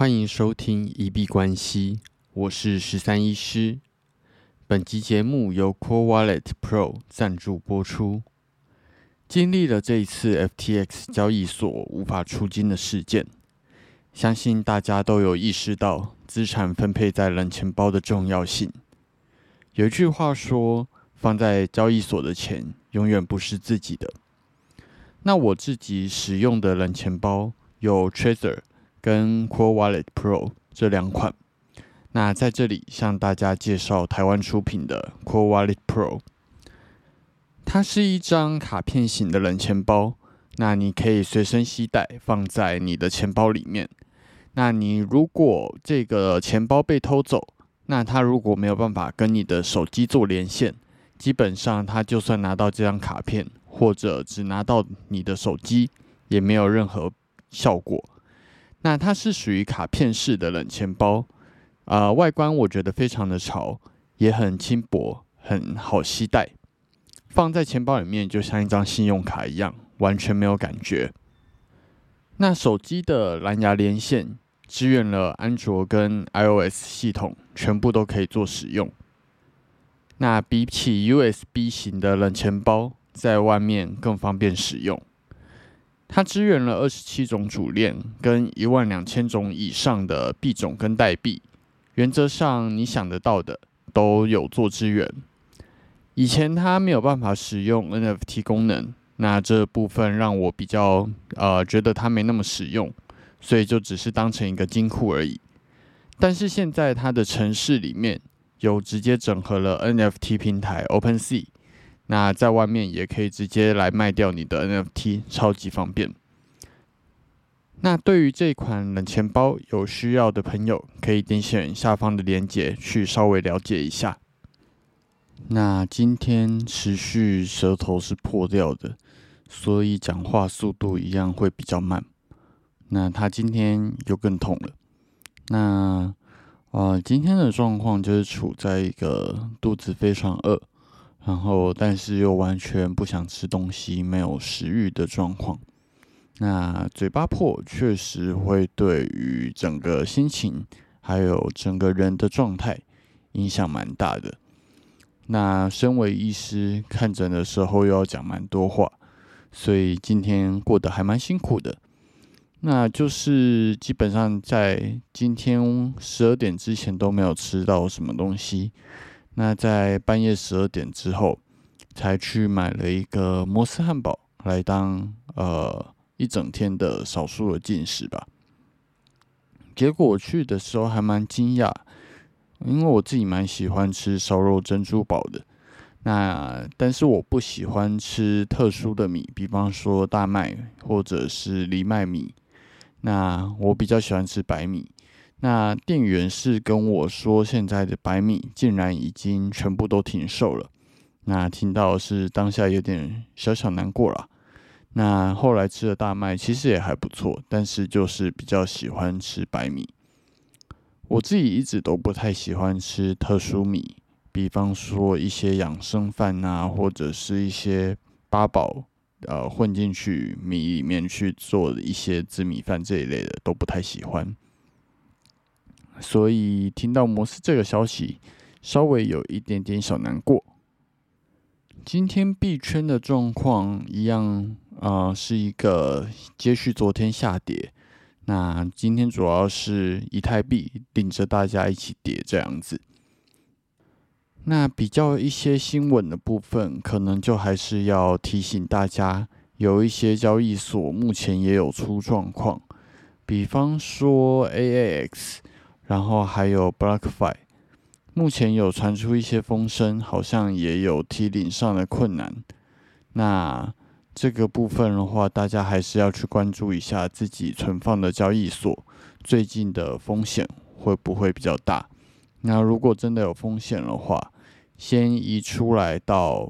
欢迎收听一币关系，我是13医师。本集节目由 Core Wallet Pro 赞助播出。经历了这一次 FTX 交易所无法出金的事件，相信大家都有意识到资产分配在冷钱包的重要性。有一句话说，放在交易所的钱永远不是自己的。那我自己使用的冷钱包有 Trezor 跟 Core Wallet Pro 这两款。那在这里向大家介绍台湾出品的 Core Wallet Pro。它是一张卡片型的冷钱包，那你可以随身携带，放在你的钱包里面。那你如果这个钱包被偷走，那它如果没有办法跟你的手机做连线，基本上它就算拿到这张卡片，或者只拿到你的手机，也没有任何效果。那它是属于卡片式的冷钱包，外观我觉得非常的潮，也很轻薄，很好携带。放在钱包里面就像一张信用卡一样，完全没有感觉。那手机的蓝牙连线支援了安卓跟 iOS 系统，全部都可以做使用。那比起 USB 型的冷钱包，在外面更方便使用。它支援了27种主链跟12000种以上的币种跟代币，原则上你想得到的都有做支援。以前它没有办法使用 NFT 功能，那这部分让我比较觉得它没那么实用，所以就只是当成一个金库而已。但是现在它的程式里面有直接整合了 NFT 平台 OpenSea， 那在外面也可以直接来卖掉你的 NFT， 超级方便。那对于这款冷钱包有需要的朋友，可以点选下方的链接去稍微了解一下。那今天持续舌头是破掉的，所以讲话速度一样会比较慢。那他今天又更痛了。那今天的状况就是处在一个肚子非常饿，然后但是又完全不想吃东西，没有食欲的状况。那嘴巴破确实会对于整个心情还有整个人的状态影响蛮大的。那身为医师，看诊的时候又要讲蛮多话，所以今天过得还蛮辛苦的。那就是基本上在今天12点之前都没有吃到什么东西。那在半夜12点之后，才去买了一个摩斯汉堡来当一整天的少数的进食吧。结果我去的时候还蛮惊讶，因为我自己蛮喜欢吃烧肉珍珠堡的。但是我不喜欢吃特殊的米，比方说大麦或者是藜麦米。那我比较喜欢吃白米。那店员是跟我说，现在的白米竟然已经全部都停售了。那听到是当下有点小小难过啦。那后来吃的大麦其实也还不错，但是就是比较喜欢吃白米。我自己一直都不太喜欢吃特殊米，比方说一些养生饭啊，或者是一些八宝混进去米里面去做的一些紫米饭这一类的都不太喜欢。所以听到摩斯这个消息，稍微有一点点小难过。今天币圈的状况一样，是一个接续昨天下跌。那今天主要是以太币领着大家一起跌这样子。那比较一些新闻的部分，可能就还是要提醒大家，有一些交易所目前也有出状况，比方说 AAX， 然后还有 BlockFi。目前有传出一些风声，好像也有提领上的困难。那这个部分的话，大家还是要去关注一下自己存放的交易所最近的风险会不会比较大。那如果真的有风险的话，先移出来到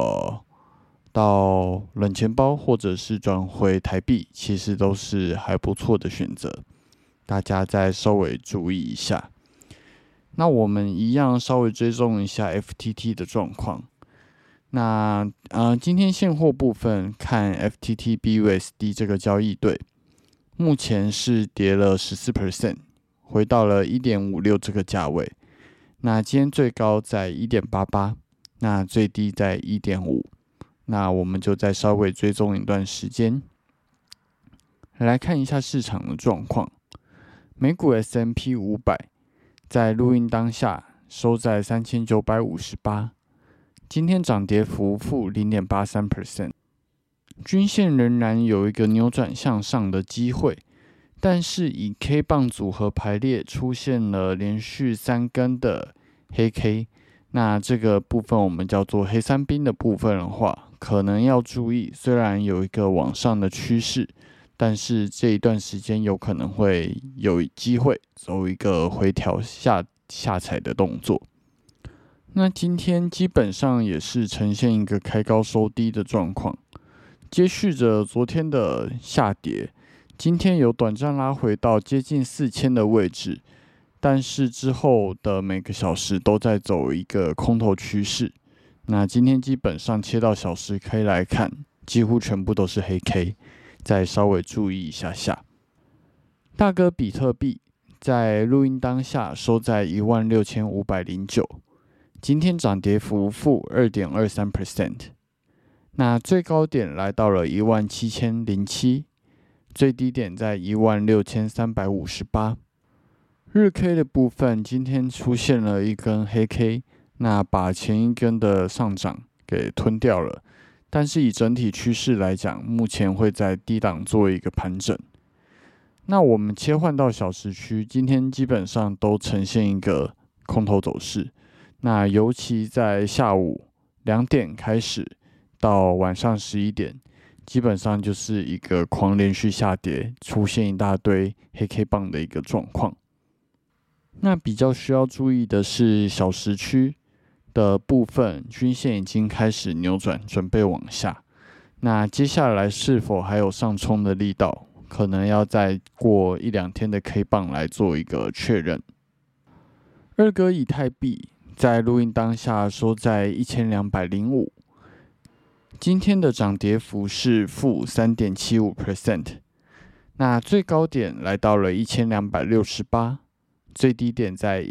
冷钱包，或者是转回台币，其实都是还不错的选择。大家再稍微注意一下。那我们一样稍微追踪一下 FTT 的状况。那今天现货部分看 FTT BUSD 这个交易对，目前是跌了14%， 回到了 1.56 这个价位。那今天最高在 1.88， 那最低在 1.5， 那我们就再稍微追踪一段时间。来看一下市场的状况，美股 S&P 500在录音当下收在3958，今天涨跌幅负 0.83%， 均线仍然有一个扭转向上的机会，但是以 K 棒组合排列出现了连续3根的黑 K， 那这个部分我们叫做黑三兵的部分的话，可能要注意，虽然有一个往上的趋势，但是这一段时间有可能会有机会走一个回调下踩的动作。那今天基本上也是呈现一个开高收低的状况，接续着昨天的下跌，今天有短暂拉回到接近4000的位置，但是之后的每个小时都在走一个空头趋势。那今天基本上切到小时 K 来看，几乎全部都是黑 K， 再稍微注意一下下。大哥比特币在录音当下收在16509，今天涨跌幅负 2.23%， 那最高点来到了17007，最低点在16358。日 K 的部分今天出现了一根黑 K， 那把前一根的上涨给吞掉了，但是以整体趋势来讲，目前会在低档做一个盘整。那我们切换到小时区，今天基本上都呈现一个空头走势，那尤其在下午2点开始到晚上11点，基本上就是一个狂连续下跌，出现一大堆黑 K 棒的一个状况。那比较需要注意的是小时区的部分，均线已经开始扭转，准备往下。那接下来是否还有上冲的力道，可能要再过1-2天的 K 棒来做一个确认。二哥以太币在录音当下收在1205，今天的涨跌幅是负 3.75%， 那最高点来到了1268，最低点在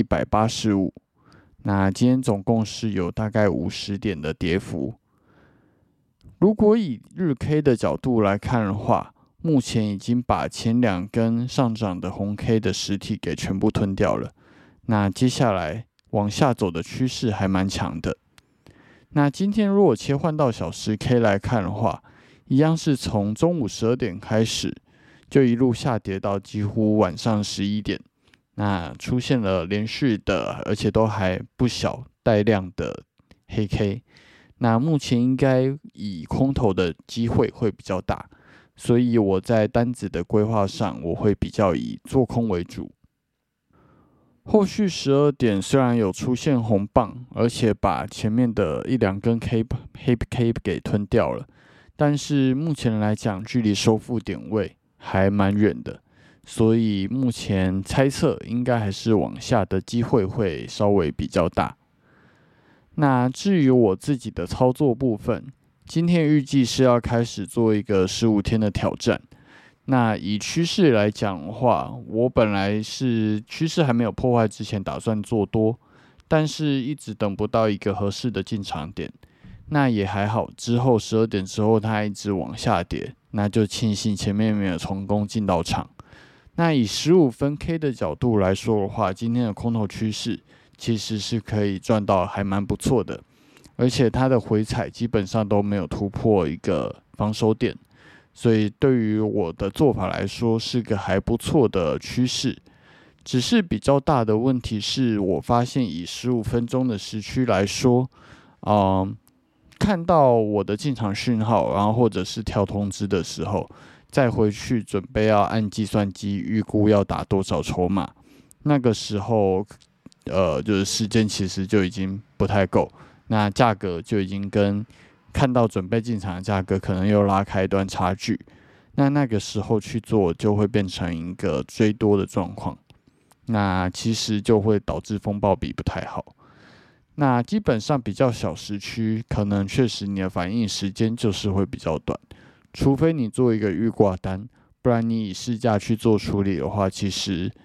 1185，那今天总共是有大概50点的跌幅。如果以日 K 的角度来看的话，目前已经把前2根上涨的红 K 的实体给全部吞掉了，那接下来往下走的趋势还蛮强的。那今天如果切换到小时 K 来看的话，一样是从中午12点开始，就一路下跌到几乎晚上11点，那出现了连续的，而且都还不小带量的黑 K， 那目前应该以空头的机会会比较大，所以我在单子的规划上，我会比较以做空为主。后续12点虽然有出现红棒，而且把前面的1-2根黑 K 给吞掉了，但是目前来讲，距离收复点位还蛮远的，所以目前猜测应该还是往下的机会会稍微比较大。那至于我自己的操作部分，今天预计是要开始做一个15天的挑战。那以趋势来讲的话，我本来是趋势还没有破坏之前打算做多，但是一直等不到一个合适的进场点。那也还好，之后12点之后它一直往下跌，那就庆幸前面没有成功进到场。那以15分 K 的角度来说的话，今天的空头趋势其实是可以赚到还蛮不错的，而且它的回踩基本上都没有突破一个防守点。所以对于我的做法来说，是个还不错的趋势。只是比较大的问题是，我发现以15分钟的时区来说，看到我的进场讯号，然后或者是跳通知的时候，再回去准备要按计算机预估要打多少筹码，那个时候，就是时间其实就已经不太够，那价格就已经跟看到准备进场的价格可能又拉开一段差距，那个时候去做就会变成一个追多的状况，那其实就会导致风暴比不太好。那基本上比较小时区，可能确实你的反应时间就是会比较短，除非你做一个预挂单，不然你以市价去做处理的话，其实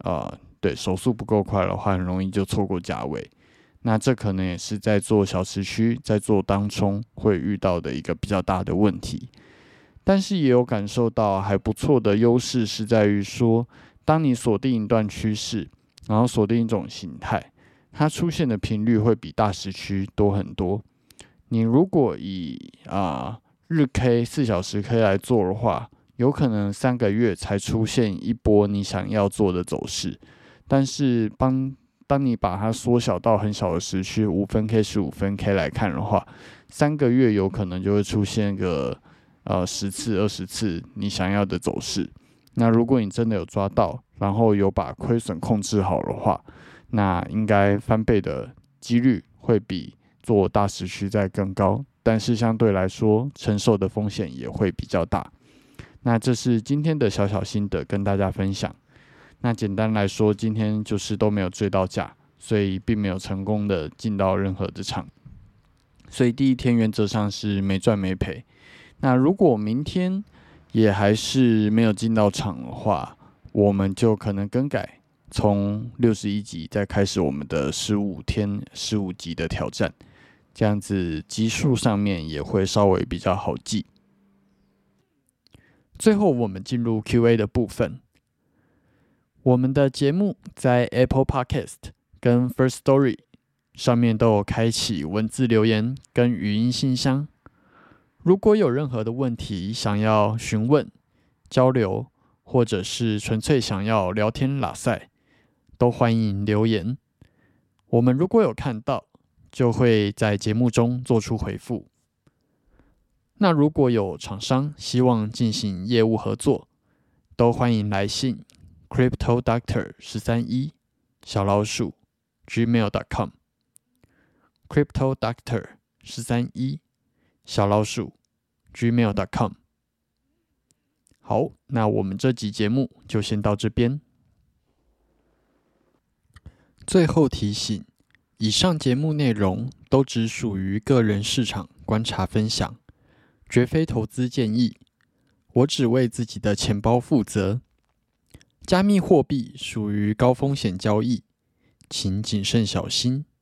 对，手速不够快的话，很容易就错过价位。那这可能也是在做小时区、在做当冲会遇到的一个比较大的问题。但是也有感受到还不错的优势是在于说，当你锁定一段趋势，然后锁定一种形态，它出现的频率会比大时区多很多。你如果以日 K、4小时 K 来做的话，有可能3个月才出现一波你想要做的走势。但是当你把它缩小到很小的时区，5分 K、15分 K 来看的话，3个月有可能就会出现个10次、20次你想要的走势。那如果你真的有抓到，然后有把亏损控制好的话，那应该翻倍的几率会比做大时区再更高，但是相对来说承受的风险也会比较大。那这是今天的小小心得跟大家分享。那简单来说，今天就是都没有追到价，所以并没有成功的进到任何的场，所以第一天原则上是没赚没赔。那如果明天也还是没有进到场的话，我们就可能更改，从61集再开始我们的15天15集的挑战，这样子集数上面也会稍微比较好记。最后我们进入 Q&A 的部分。我们的节目在 Apple Podcast 跟 First Story 上面都有开启文字留言跟语音信箱。如果有任何的问题想要询问、交流，或者是纯粹想要聊天拉赛，都欢迎留言。我们如果有看到，就会在节目中做出回复。那如果有厂商希望进行业务合作，都欢迎来信 cryptodoctor131 gmail.com cryptodoctor131 gmail.com。 好，那我们这集节目就先到这边。最后提醒，以上节目内容都只属于个人市场观察分享，绝非投资建议，我只为自己的钱包负责。加密货币属于高风险交易，请谨慎小心。